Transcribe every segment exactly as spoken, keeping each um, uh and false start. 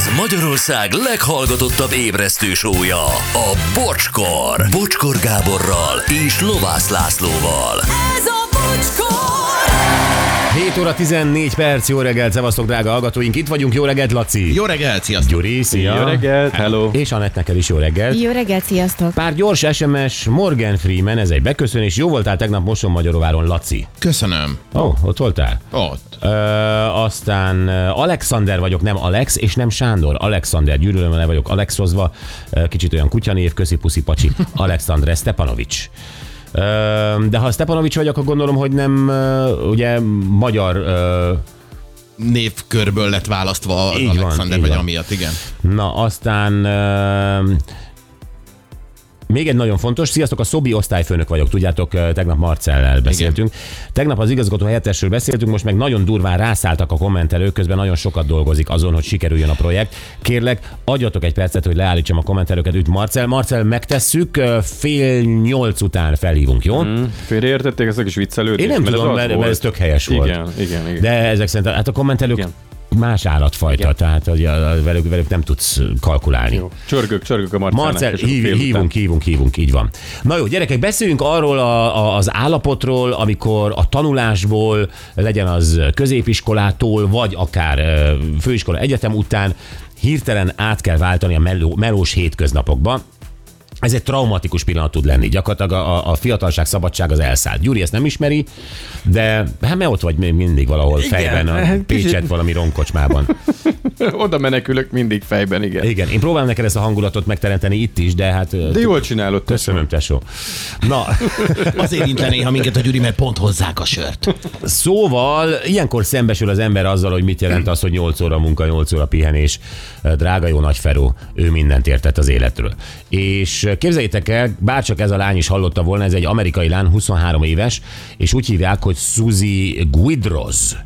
Ez Magyarország leghallgatottabb ébresztő show-ja, a Bocskor. Bocskor Gáborral és Lovász Lászlóval. Ez a Bocskor! hét óra tizennégy perc, jó reggelt, szevasztok drága hallgatóink, itt vagyunk, jó reggelt Laci. Jó reggelt, sziasztok. Gyuri, szia. Jó reggelt, hello. És Anett, neked is jó reggelt. Jó reggelt, sziasztok. Pár gyors es em es, Morgan Freeman, ez egy beköszönés, jó voltál tegnap Mosonmagyaróváron, Laci. Köszönöm. Ó, oh, ott voltál? Ott. Ö, aztán Alexander vagyok, nem Alex, és nem Sándor. Alexander, gyűlölöm, le vagyok Alexozva, kicsit olyan kutyanév, köszi puszi pacsi, Alexandre Stepanovics. De ha Stepanovics vagy, akkor gondolom, hogy nem ugye magyar névkörből lett választva az Alexander, vagy amiatt, igen. Na, aztán még egy nagyon fontos, sziasztok, a Szobi osztályfőnök vagyok, tudjátok, tegnap Marcellel beszéltünk. Igen. Tegnap az igazgató helyettesről beszéltünk, most meg nagyon durván rászálltak a kommentelők, közben nagyon sokat dolgozik azon, hogy sikerüljön a projekt. Kérlek, adjatok egy percet, hogy leállítsam a kommentelőket, üt Marcell. Marcell, megtesszük, fél nyolc után felhívunk, jó? Mm, félreértették ezt a kis viccelődést? Én nem mert tudom, mert, mert ez tök helyes volt. Igen, igen, igen. De ezek szerint, hát a kommentelők igen. Más állatfajta, igen. Tehát hogy velük, velük nem tudsz kalkulálni. Jó. Csörgök, csörgök a Marcelnek. Marcell, hív, hívunk, hívunk, hívunk, így van. Na jó, gyerekek, beszéljünk arról a, a, az állapotról, amikor a tanulásból, legyen az középiskolától, vagy akár főiskola, egyetem után hirtelen át kell váltani a meló, melós hétköznapokba. Ez egy traumatikus pillanat tud lenni. Gyakorlatilag a, a fiatalság, szabadság az elszállt. Gyuri ezt nem ismeri, de hát mert ott vagy még mindig valahol igen, fejben, a Pécset valami ronkocsmában. Oda menekülök mindig fejben, igen. Igen, én próbálom neked ezt a hangulatot megteremteni itt is, de hát... De jól csinálod. Köszönöm, tesó. Na. Azért intene néha minket a Gyuri, mert pont hozzák a sört. Szóval ilyenkor szembesül az ember azzal, hogy mit jelent az, hogy nyolc óra munka, nyolc óra pihenés. Drága jó nagy Feró, ő mindent értett az életről. És képzeljétek el, bárcsak ez a lány is hallotta volna, ez egy amerikai lány, huszonhárom éves, és úgy hívják, hogy Suzy Guidroz.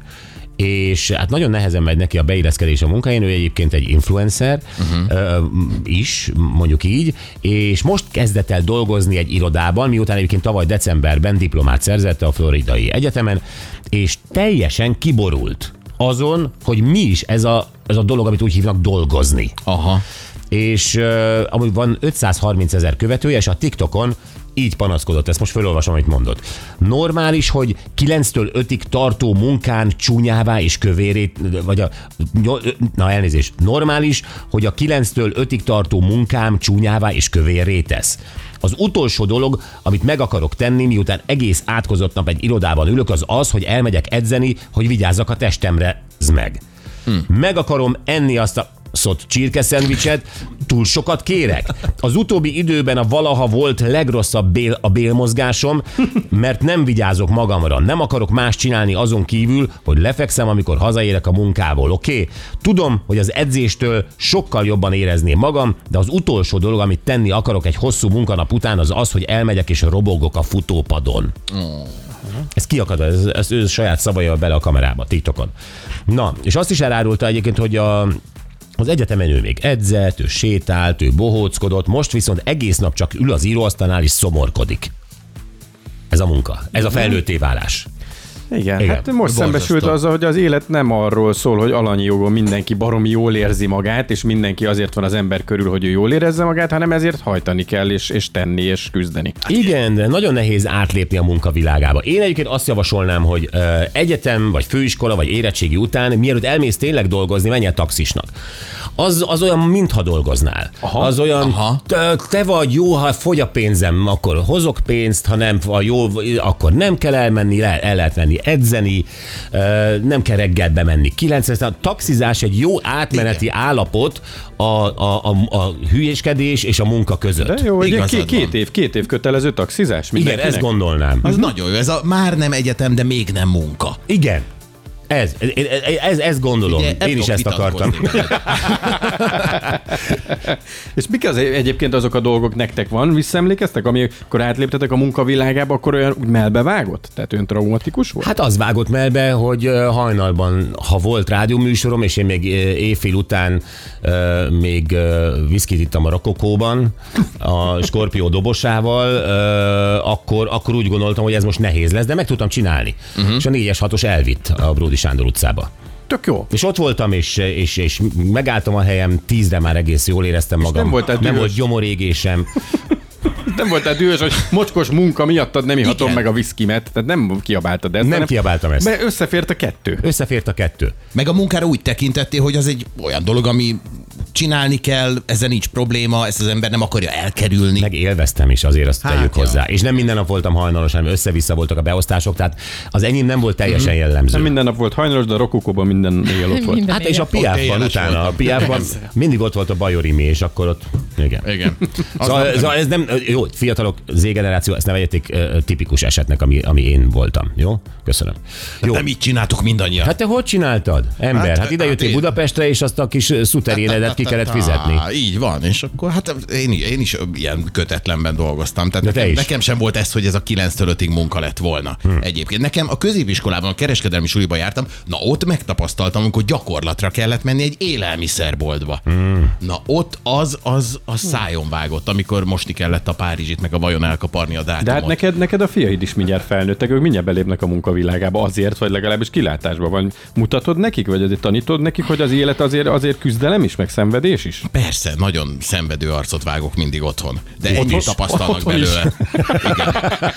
És hát nagyon nehezen megy neki a beilleszkedés a munkáján, ő egyébként egy influencer uh-huh. is, mondjuk így, és most kezdett el dolgozni egy irodában, miután egyébként tavaly decemberben diplomát szerzett a Floridai Egyetemen, és teljesen kiborult azon, hogy mi is ez a, ez a dolog, amit úgy hívnak dolgozni. Aha. És uh, amúgy van ötszázharminc ezer követője, és a TikTokon így panaszkodott, ezt most felolvasom, amit mondott. Normális, hogy kilenctől ötig tartó munkán csúnyává és kövérét, vagy a, na elnézést, normális, hogy a kilenctől ötig tartó munkám csúnyává és kövérré tesz. Az utolsó dolog, amit meg akarok tenni, miután egész átkozott nap egy irodában ülök, az az, hogy elmegyek edzeni, hogy vigyázzak a testemre, z meg. Hmm. Meg akarom enni azt a szott csirkeszendvicset, túl sokat kérek. Az utóbbi időben a valaha volt legrosszabb bél, a bélmozgásom, mert nem vigyázok magamra. Nem akarok más csinálni azon kívül, hogy lefekszem, amikor hazaérek a munkából, oké? Okay? Tudom, hogy az edzéstől sokkal jobban érezném magam, de az utolsó dolog, amit tenni akarok egy hosszú munkanap után, az az, hogy elmegyek és robogok a futópadon. Ez kiakad, ez, ez ő saját szavaival bele a kamerába, TikTokon. Na, és azt is elárulta egyébként, hogy a az egyetemen ő még edzett, ő sétált, ő bohóckodott, most viszont egész nap csak ül az íróasztalnál és szomorkodik. Ez a munka, ez a felnőtté válás. Igen, Igen, hát most szembesült azzal, hogy az élet nem arról szól, hogy alanyi jogon mindenki baromi jól érzi magát, és mindenki azért van az ember körül, hogy ő jól érezze magát, hanem ezért hajtani kell, és, és tenni, és küzdeni. Igen, de nagyon nehéz átlépni a munkavilágába. Én egyébként azt javasolnám, hogy uh, egyetem, vagy főiskola, vagy érettségi után, mielőtt elmész tényleg dolgozni, menj el taxisnak. Az, az olyan, mintha dolgoznál. Aha, az olyan, aha. Te, te vagy jó, ha fogy a pénzem, akkor hozok pénzt, ha nem a jó, akkor nem kell elmenni, el, el lehet menni edzeni, nem kell reggel bemenni. kilenc a taxizás egy jó átmeneti igen. állapot a, a, a, a hülyéskedés és a munka között. De jó, egy két, két év, két év kötelező taxizás. Igen, ezt gondolnám. Az nagyon jó, ez a már nem egyetem, de még nem munka. Igen. Ez, ez, ez gondolom. Ugye, én is ezt akartam. És mik az egyébként azok a dolgok nektek van? Visszaemlékeztek, amikor átléptetek a munkavilágába, akkor olyan úgy melbevágott? Tehát ön traumatikus volt? Hát az vágott melbe, hogy hajnalban, ha volt rádióműsorom, és én még éjfél után még viszkit ittam a Rokokóban, a Skorpió dobosával, akkor, akkor úgy gondoltam, hogy ez most nehéz lesz, de meg tudtam csinálni. Uh-huh. És a négyes hatos elvitt a Bródi Sándor utcába. tök jó. És ott voltam, és, és, és megálltam a helyem, tízre már egész jól éreztem magam. És nem voltál nem volt gyomorégésem. Nem voltál dühös, hogy mocskos munka miattad nem ihatom Igen. meg a viszkimet, tehát nem kiabáltad ezt. Nem hanem, kiabáltam ezt. Mert összefért a kettő. Összefért a kettő. Meg a munkára úgy tekintettél, hogy az egy olyan dolog, ami csinálni kell, ezzel nincs probléma, ezt az ember nem akarja elkerülni. Meg élveztem is, azért azt hát, tegyük ja. hozzá. És nem minden nap voltam hajnalos, hanem össze-vissza voltak a beosztások, tehát az enyém nem volt teljesen jellemző. Nem minden nap volt hajnalos, de a Rokokóban minden éjjel ott volt. Hát és a Piafban utána, a Piafban mindig ott volt a Bajorimi, és akkor ott, igen. Igen. Szóval, szóval ez nem, jó, fiatalok, Z-generáció, ezt ne vegyetek uh, tipikus esetnek, ami, ami én voltam, jó? Köszönöm. Jó. Nem így csináltuk mindannyian. Hát te hogy csináltad, ember? Hát, hát ide jöttél hát Budapestre, és azt a kis szuterénedet ki kellett fizetni. Á, így van, és akkor hát én, én is ilyen kötetlenben dolgoztam. Tehát nekem, nekem sem volt ez, hogy ez a kilenctől ötig munka lett volna. Hmm. Egyébként nekem a középiskolában, a kereskedelmi suliba jártam, na ott megtapasztaltam, amikor gyakorlatra kellett menni egy élelmiszerboltba. Hmm. Na ott az, az, az szájon vágott, amikor mosni kellett a Párizsit, meg a vajon elkaparni a dátumot. De hát neked, neked a fiaid is mindjárt felnőttek, ők mindjárt belépnek a munkavilágába azért, vagy legalábbis kilátásban van. Mutatod nekik, vagy azért tanítod nekik, hogy az élet azért, azért küzdelem is, meg szenvedés is? Persze, nagyon szenvedő arcot vágok mindig otthon. De ennyit tapasztalnak belőle. Igen.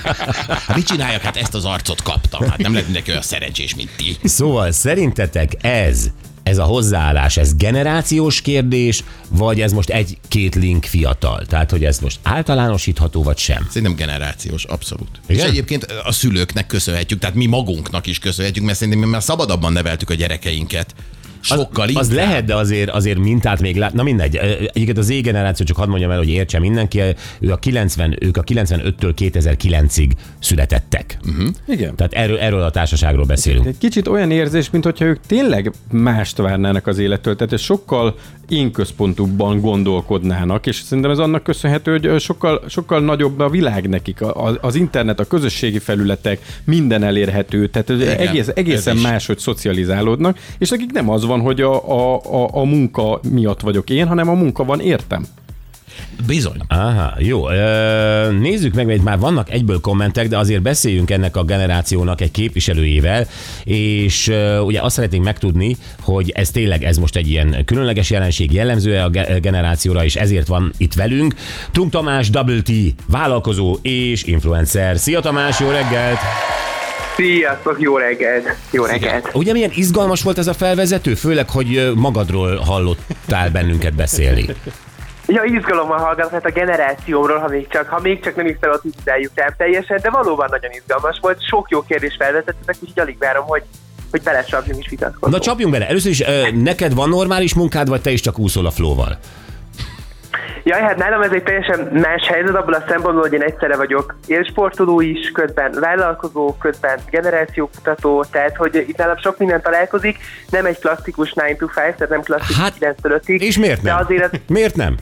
Hát mit csináljak? Hát ezt az arcot kaptam. Hát nem lett mindenki olyan szerencsés, mint ti. Szóval szerintetek ez, ez a hozzáállás, ez generációs kérdés, vagy ez most egy-két link fiatal? Tehát, hogy ez most általánosítható, vagy sem? Szerintem generációs, abszolút. Igen? És egyébként a szülőknek köszönhetjük, tehát mi magunknak is köszönhetjük, mert szerintem mi már szabadabban neveltük a gyerekeinket. Sokkal az, az lehet, de azért, azért mintát még lát. Na mindegy. Egyébként az Z-generáció, csak hadd mondjam el, hogy értse mindenki, ő a kilencven, ők a kilencvenöttől kétezer-kilencig születettek. Uh-huh. Igen. Tehát erről, erről a társaságról beszélünk. Egy kicsit olyan érzés, mintha ők tényleg mást várnának az élettől, tehát sokkal én központúbban gondolkodnának, és szerintem ez annak köszönhető, hogy sokkal, sokkal nagyobb a világ nekik, az internet, a közösségi felületek, minden elérhető, tehát igen, egész, egészen máshogy szocializálódnak, és nekik nem az van, hogy a, a, a, a munka miatt vagyok én, hanem a munka van értem. Bizony. Aha, jó. Nézzük meg, mert már vannak egyből kommentek, de azért beszéljünk ennek a generációnak egy képviselőjével, és ugye azt szeretnénk megtudni, hogy ez tényleg ez most egy ilyen különleges jelenség, jellemző a generációra, és ezért van itt velünk. Tung Tamás, Double T, vállalkozó és influencer. Szia Tamás, jó reggelt! Sziasztok, jó reggelt! Jó reggelt! Ugye milyen izgalmas volt ez a felvezető, főleg, hogy magadról hallottál bennünket beszélni. Ja, izgalommal hallgatom, hát a generációmról, ha még csak, ha még csak nem is felotizáljuk rám teljesen, de valóban nagyon izgalmas volt. Sok jó kérdés felvetettetek, úgyhogy alig várom, hogy, hogy belecsapjunk és vitatkozunk. Na csapjunk bele. Először is, neked van normális munkád, vagy te is csak úszol a flowval? Jaj, hát nálam ez egy teljesen más helyzet abból a szempontból, hogy én egyszerre vagyok élsportoló is, közben vállalkozó, közben generációkutató, tehát hogy itt nálam sok minden találkozik, nem egy klasszikus kilenc to öt, tehát nem klasszikus hát, kilenctől ötig. És miért nem? De azért ez... Miért nem?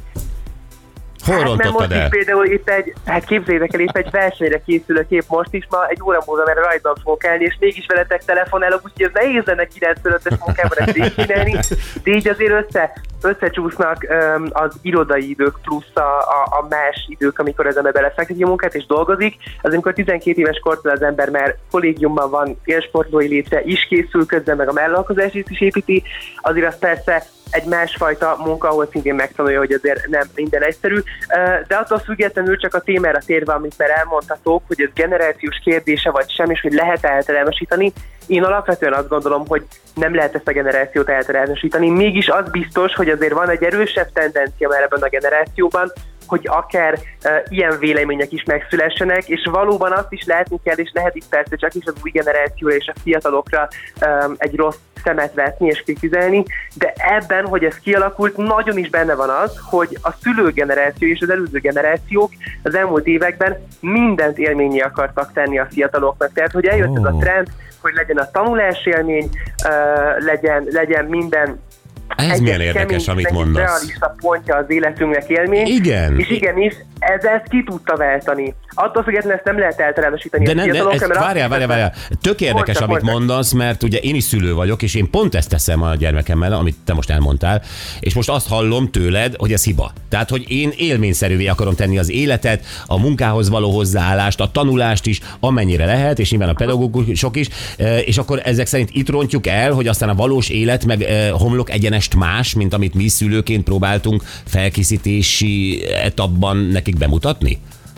Hol hát rontottad most el? Itt például itt egy, hát képzeljétek el, itt egy versenyre készülök épp most is, ma egy óra múlva, mert rajtban fogok elni, és mégis veletek telefonálok, úgyhogy ez nehéz lenne kilenctől ötös munkában ezt végigcsinálni, de így azért össze, összecsúsznak um, az irodai idők plusz a, a, a más idők, amikor az ember belefekteti a munkát és dolgozik. Az amikor tizenkét éves kortól az ember már kollégiumban van, élsportlói létre is készül, közben meg a vállalkozását is építi, azért az persze egy másfajta munka, ahol szintén megtanulja, hogy azért nem minden egyszerű. De attól függetlenül csak a témára térve, amit már elmondhatok, hogy ez generációs kérdése vagy sem, és hogy lehet elterelmesíteni. Én alapvetően azt gondolom, hogy nem lehet ezt a generációt elterelmesíteni. Mégis az biztos, hogy azért van egy erősebb tendencia már ebben a generációban, hogy akár uh, ilyen vélemények is megszülessenek, és valóban azt is látni kell, és lehet itt persze csak is az új generációra és a fiatalokra um, egy rossz szemet vetni és kritizálni, de ebben, hogy ez kialakult, nagyon is benne van az, hogy a szülőgeneráció és az előző generációk az elmúlt években mindent élményé akartak tenni a fiataloknak. Tehát, hogy eljött oh. ez a trend, hogy legyen a tanulás élmény, uh, legyen, legyen minden ez milyen érdekes, amit mondasz. Realista pontja az életünknek élmény. Igen. És igenis, ez ezt ki tudta váltani. Attól függetlenül ezt nem lehet eltalánosítani. De ne, ne, ez, várjál, várjál, várjál. Tök érdekes, mondta, amit mondta. mondasz, mert ugye én is szülő vagyok, és én pont ezt teszem a gyermekemmel, amit te most elmondtál, és most azt hallom tőled, hogy ez hiba. Tehát, hogy én élményszerűvé akarom tenni az életet, a munkához való hozzáállást, a tanulást is, amennyire lehet, és nyilván a pedagógusok is, és akkor ezek szerint itt rontjuk el, hogy aztán a valós élet meg homlok egyenest más, mint amit mi szülőként próbáltunk felkészítési etapban nekik bemutatni?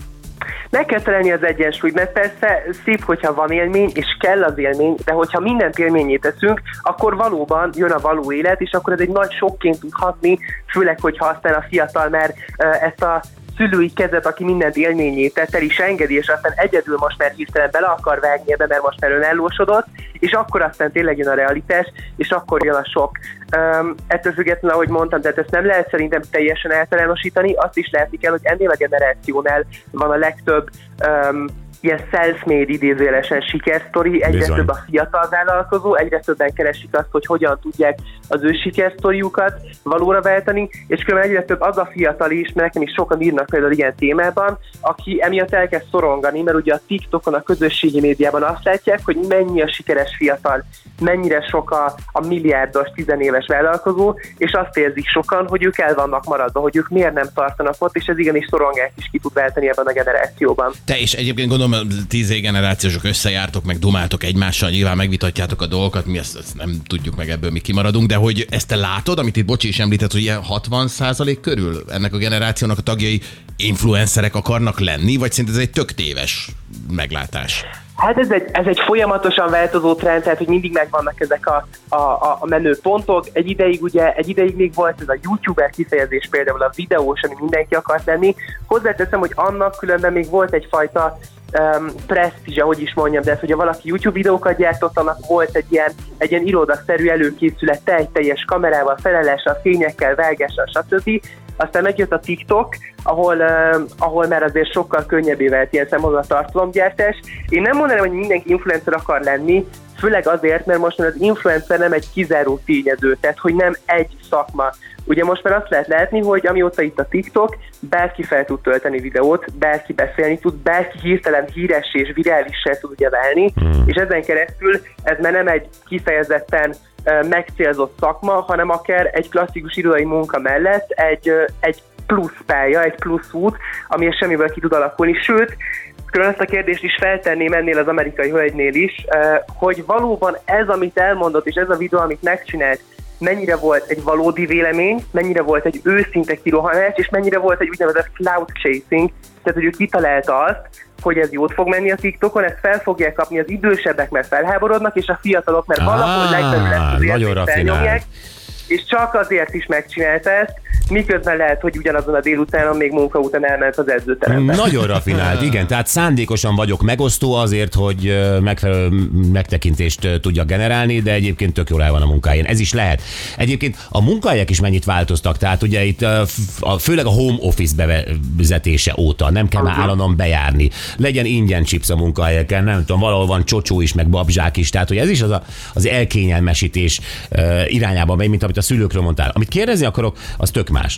Meg kell találni az egyensúlyt, mert persze szép, hogyha van élmény, és kell az élmény, de hogyha mindent élményé teszünk, akkor valóban jön a való élet, és akkor ez egy nagy sokként tud hatni, főleg, hogyha aztán a fiatal már ezt a szülői kezet, aki mindent élményét tett, el is engedi, és aztán egyedül most már hirtelen bele akar vágni ebbe, mert most már önellósodott, és akkor aztán tényleg jön a realitás, és akkor jön a sok. Um, ettől függetlenül, ahogy mondtam, tehát ezt nem lehet szerintem teljesen eltalánosítani, azt is látni kell, hogy ennél a generációnál van a legtöbb um, ilyen self-made idézőjelesen sikersztori, egyre Bizony. több a fiatal vállalkozó, egyre többen keresik azt, hogy hogyan tudják az ő sikersztoriukat valóra váltani, és különben egyre több az a fiatal is, mert nekem is sokan írnak például ilyen témában, aki emiatt elkezd szorongani, mert ugye a TikTokon, a közösségi médiában azt látják, hogy mennyi a sikeres fiatal, mennyire sok a, a milliárdos tizenéves vállalkozó, és azt érzik sokan, hogy ők el vannak maradva, hogy ők miért nem tartanak ott, és ez igenis szorongást is ki tud váltani ebben a generációban. Te és egyébként gondolom, tíz generációsok összejártok, meg dumáltok egymással, nyilván megvitatjátok a dolgokat, mi ezt, ezt nem tudjuk meg, ebből mi kimaradunk, de hogy ezt te látod, amit itt Bocsi is említett, hogy ilyen hatvan százalék körül ennek a generációnak a tagjai influencerek akarnak lenni, vagy szinte ez egy tök téves meglátás? Hát ez egy, ez egy folyamatosan változó trend, tehát hogy mindig megvannak ezek a, a, a menő pontok. Egy ideig ugye, egy ideig még volt ez a youtuber kifejezés, például a videós, ami mindenki akart lenni. Hozzáteszem, hogy annak különben még volt egyfajta um, presztízs, ahogy is mondjam, de ez, hogyha valaki YouTube videókat gyártott, annak volt egy ilyen, egy ilyen irodaszerű előkészülete, egy teljes kamerával, felelessel, fényekkel, vágással, stb. Aztán megjött a TikTok, ahol, uh, ahol már azért sokkal könnyebbé vált ilyen szempontból a tartalomgyártás. Én nem mondanám, hogy mindenki influencer akar lenni, főleg azért, mert most már az influencer nem egy kizáró tényező, tehát hogy nem egy szakma. Ugye most már azt lehet látni, hogy amióta itt a TikTok, bárki fel tud tölteni videót, bárki beszélni tud, bárki hirtelen híres és virálissá tud ugye válni, hmm. és ezen keresztül ez már nem egy kifejezetten megcélzott szakma, hanem akár egy klasszikus irodai munka mellett egy, egy plusz pálya, egy plusz út, amihez semmiből ki tud alakulni. Sőt, külön ezt a kérdést is feltenném ennél az amerikai hölgynél is, hogy valóban ez, amit elmondott, és ez a videó, amit megcsinált, mennyire volt egy valódi vélemény, mennyire volt egy őszinte kirohanás, és mennyire volt egy úgynevezett cloud chasing, tehát hogy ő kitalálta azt, hogy ez jót fog menni a TikTokon, ezt fel fogják kapni az idősebbek, mert felháborodnak, és a fiatalok, mert valahol legfelül felnyomják, és csak azért is megcsinálta ezt, miközben lehet, hogy ugyanazon a délutánon még munka után elment az edzőterembe. Nagyon rafinált, igen, tehát szándékosan vagyok megosztó azért, hogy megfelelő megtekintést tudja generálni, de egyébként tök jól el van a munkáján. Ez is lehet. Egyébként a munkahelyek is mennyit változtak, tehát ugye itt a, főleg a home office bevezetése óta nem kell már állandóan bejárni. Legyen ingyen chips a munkahelyeken, nem tudom, valahol van csocsó is, meg babzsák is, tehát hogy ez is az, a, az elkényelmesítés irányába megy, mint amit a szülőkről mondtál. Amit kérdezni akarok, az tök más.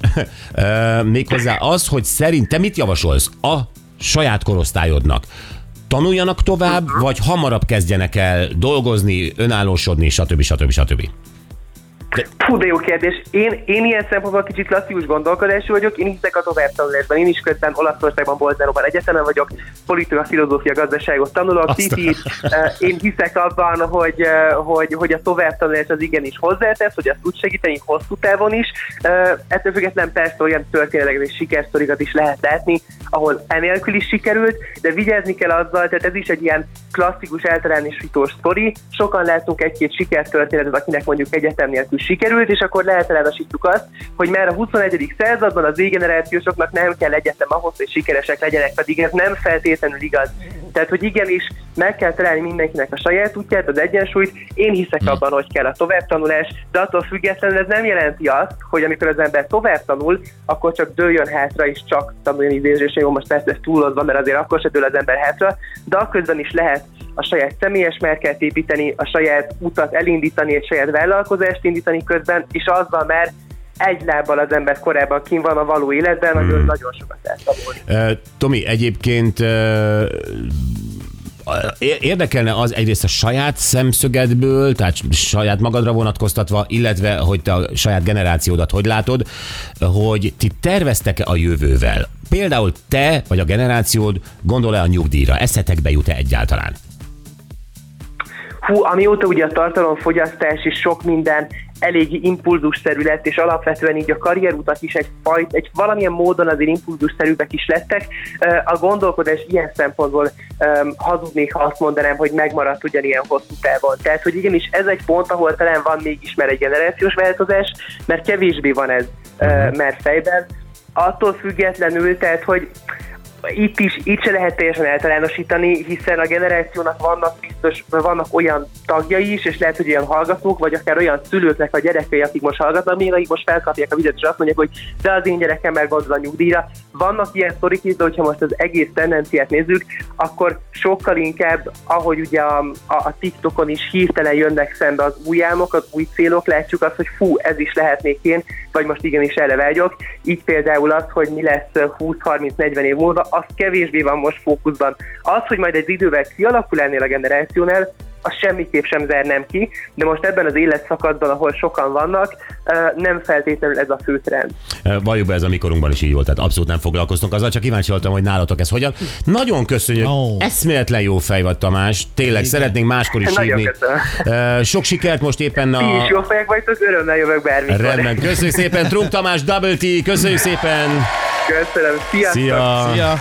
Méghozzá az, hogy szerint te mit javasolsz a saját korosztályodnak? Tanuljanak tovább, vagy hamarabb kezdjenek el dolgozni, önállósodni, stb. stb. stb. Hú, de jó kérdés. Én, én ilyen szempontból kicsit klasszikus gondolkodású vagyok, én hiszek a továbbtanulásban. Én is közben Olaszországban, Bolzánóban egyetemen vagyok, politika, filozófia, gazdaságot tanulok, Titi. Én hiszek abban, hogy, hogy, hogy a továbbtanulás az igenis hozzátesz, hogy azt tud segíteni hosszú távon is. Ettől függetlenül persze olyan történeteket és sikersztorikat is lehet látni, ahol enélkül is sikerült, de vigyázni kell azzal, tehát ez is egy ilyen klasszikus általánosítós sztori. Sokan látunk egy-két sikertörténetet, akinek mondjuk egyetem nélkül sikerült, és akkor leáltalánosítjuk azt, hogy már a huszonegyedik században az Z-generációsoknak nem kell egyetem ahhoz, hogy sikeresek legyenek, pedig ez nem feltétlenül igaz. Tehát, hogy igenis meg kell találni mindenkinek a saját útját, az egyensúlyt. Én hiszek abban, hogy kell a továbbtanulás, de attól függetlenül ez nem jelenti azt, hogy amikor az ember tovább tanul, akkor csak dőljön hátra, és csak tanuljon idézésre. Jó, most persze ez túlozva, mert azért akkor se dől az ember hátra, de akközben is lehet a saját személyes márkát építeni, a saját utat elindítani, egy saját vállalkozást indítani közben, és azzal már egy lábbal az ember korábban kint van a való életben, hmm. nagyon, nagyon sokat eltanulni. Uh, Tomi, egyébként uh, érdekelne az egyrészt a saját szemszögedből, tehát saját magadra vonatkoztatva, illetve hogy te a saját generációdat hogy látod, hogy ti terveztek-e a jövővel? Például te vagy a generációd gondol-e a nyugdíjra? Eszetekbe jut-e egyáltalán? Hú, amióta ugye a tartalomfogyasztás és sok minden eléggé impulzusszerű lett, és alapvetően így a karrierutak is egy fajt, egy valamilyen módon azért impulzusszerűbbek is lettek. A gondolkodás ilyen szempontból um, hazudnék, ha azt mondanám, hogy megmaradt ugyanilyen hosszú távon. Tehát, hogy igenis ez egy pont, ahol talán van mégis már egy generációs változás, mert kevésbé van ez uh, már fejben. Attól függetlenül, tehát, hogy itt is, itt se lehet teljesen általánosítani, hiszen a generációnak vannak biztos, vannak olyan tagjai is, és lehet, hogy olyan hallgatók, vagy akár olyan szülőknek a gyerekei, akik most hallgatnak, még akik most felkapják a vizet, és azt mondják, hogy de az én gyerekem meg gondol a nyugdíjra. Vannak ilyen sztorik is, de hogyha most az egész tendenciát nézzük, akkor sokkal inkább, ahogy ugye a, a, a TikTokon is hirtelen jönnek szembe az új álmok, az új célok, látjuk azt, hogy fú, ez is lehetnék én, vagy most igenis erre vágyok. Így például az, hogy mi lesz húsz harminc negyven év múlva, az kevésbé van most fókuszban. Az, hogy majd egy idővel kialakul ennél a generációnál, azt semmiképp sem zárnám ki, de most ebben az életszakaszban, ahol sokan vannak, nem feltétlenül ez a fő trend. Valljuk be, ez a mikorunkban is így volt, tehát abszolút nem foglalkoztunk azzal, csak kíváncsi voltam, hogy nálatok ez hogyan. Nagyon köszönjük, oh. eszméletlen jó fej vagy, Tamás, tényleg igen. Szeretnénk máskor is hívni. Sok sikert most éppen a... Ti is jó fejek vagytok, örömmel jövök bármikor. Rendben, köszönjük szépen, Trump Tamás, Double T, köszönjük szépen! Köszönöm, sziasztok! Szia! Szia.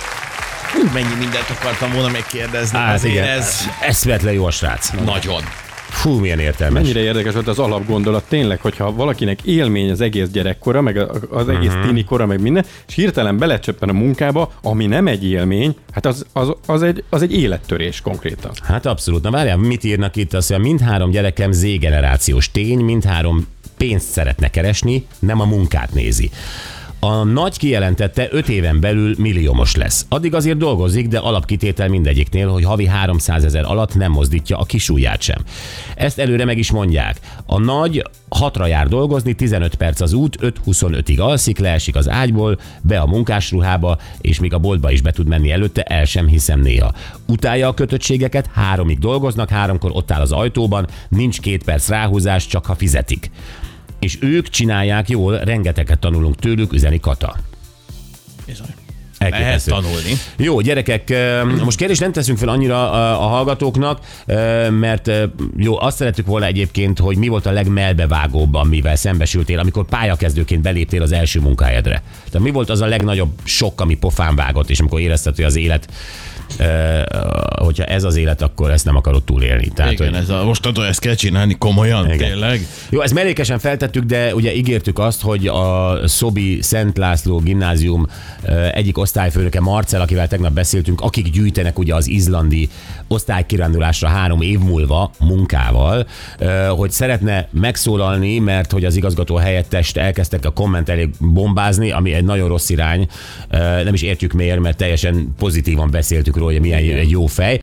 Mennyi mindent akartam volna megkérdezni. Á, azért igen. Ez... Eszméletlen jó a srác. Nagyon. Fú, milyen értelmes. Mennyire érdekes volt az alapgondolat tényleg, hogyha valakinek élmény az egész gyerekkora, meg az egész uh-huh. tini kora, meg minden, és hirtelen belecsöppen a munkába, ami nem egy élmény, hát az, az, az, egy, az egy élettörés konkrétan. Hát abszolút. Na várjál, mit írnak itt? Azt mondja, mindhárom gyerekem Z-generációs tény, mindhárom pénzt szeretne keresni, nem a munkát nézi. A nagy kijelentette, öt éven belül milliómos lesz. Addig azért dolgozik, de alapkitétel mindegyiknél, hogy havi háromszázezer alatt nem mozdítja a kisujját sem. Ezt előre meg is mondják. A nagy hatra jár dolgozni, tizenöt perc az út, öt huszonötig alszik, leesik az ágyból, be a munkásruhába, és még a boltba is be tud menni előtte, el sem hiszem néha. Utálja a kötöttségeket, háromig dolgoznak, háromkor ott áll az ajtóban, nincs két perc ráhúzás, csak ha fizetik. És ők csinálják jól, rengeteget tanulunk tőlük, üzeni Kata. Bizony. Lehet tanulni. Jó, gyerekek, most kérdést nem teszünk fel annyira a hallgatóknak, mert jó, azt szerettük volna egyébként, hogy mi volt a legmelbevágóbb, amivel szembesültél, amikor pályakezdőként beléptél az első munkahelyedre. Tehát mi volt az a legnagyobb sok, ami pofán vágott, és amikor érezted, hogy az élet, Uh, hogyha ez az élet, akkor ezt nem akarod túlélni. Tehát, igen, hogy... ez a, mostantól ezt kell csinálni komolyan, igen. Tényleg. Jó, ezt mellékesen feltettük, de ugye ígértük azt, hogy a Szobi Szent László gimnázium uh, egyik osztályfőnöke, Marcel, akivel tegnap beszéltünk, akik gyűjtenek ugye az izlandi osztálykirándulásra három év múlva munkával, uh, hogy szeretne megszólalni, mert hogy az igazgató helyettest elkezdtek a komment elé bombázni, ami egy nagyon rossz irány. Uh, nem is értjük miért, mert teljesen pozitívan beszéltük róla, hogy milyen egy jó fej.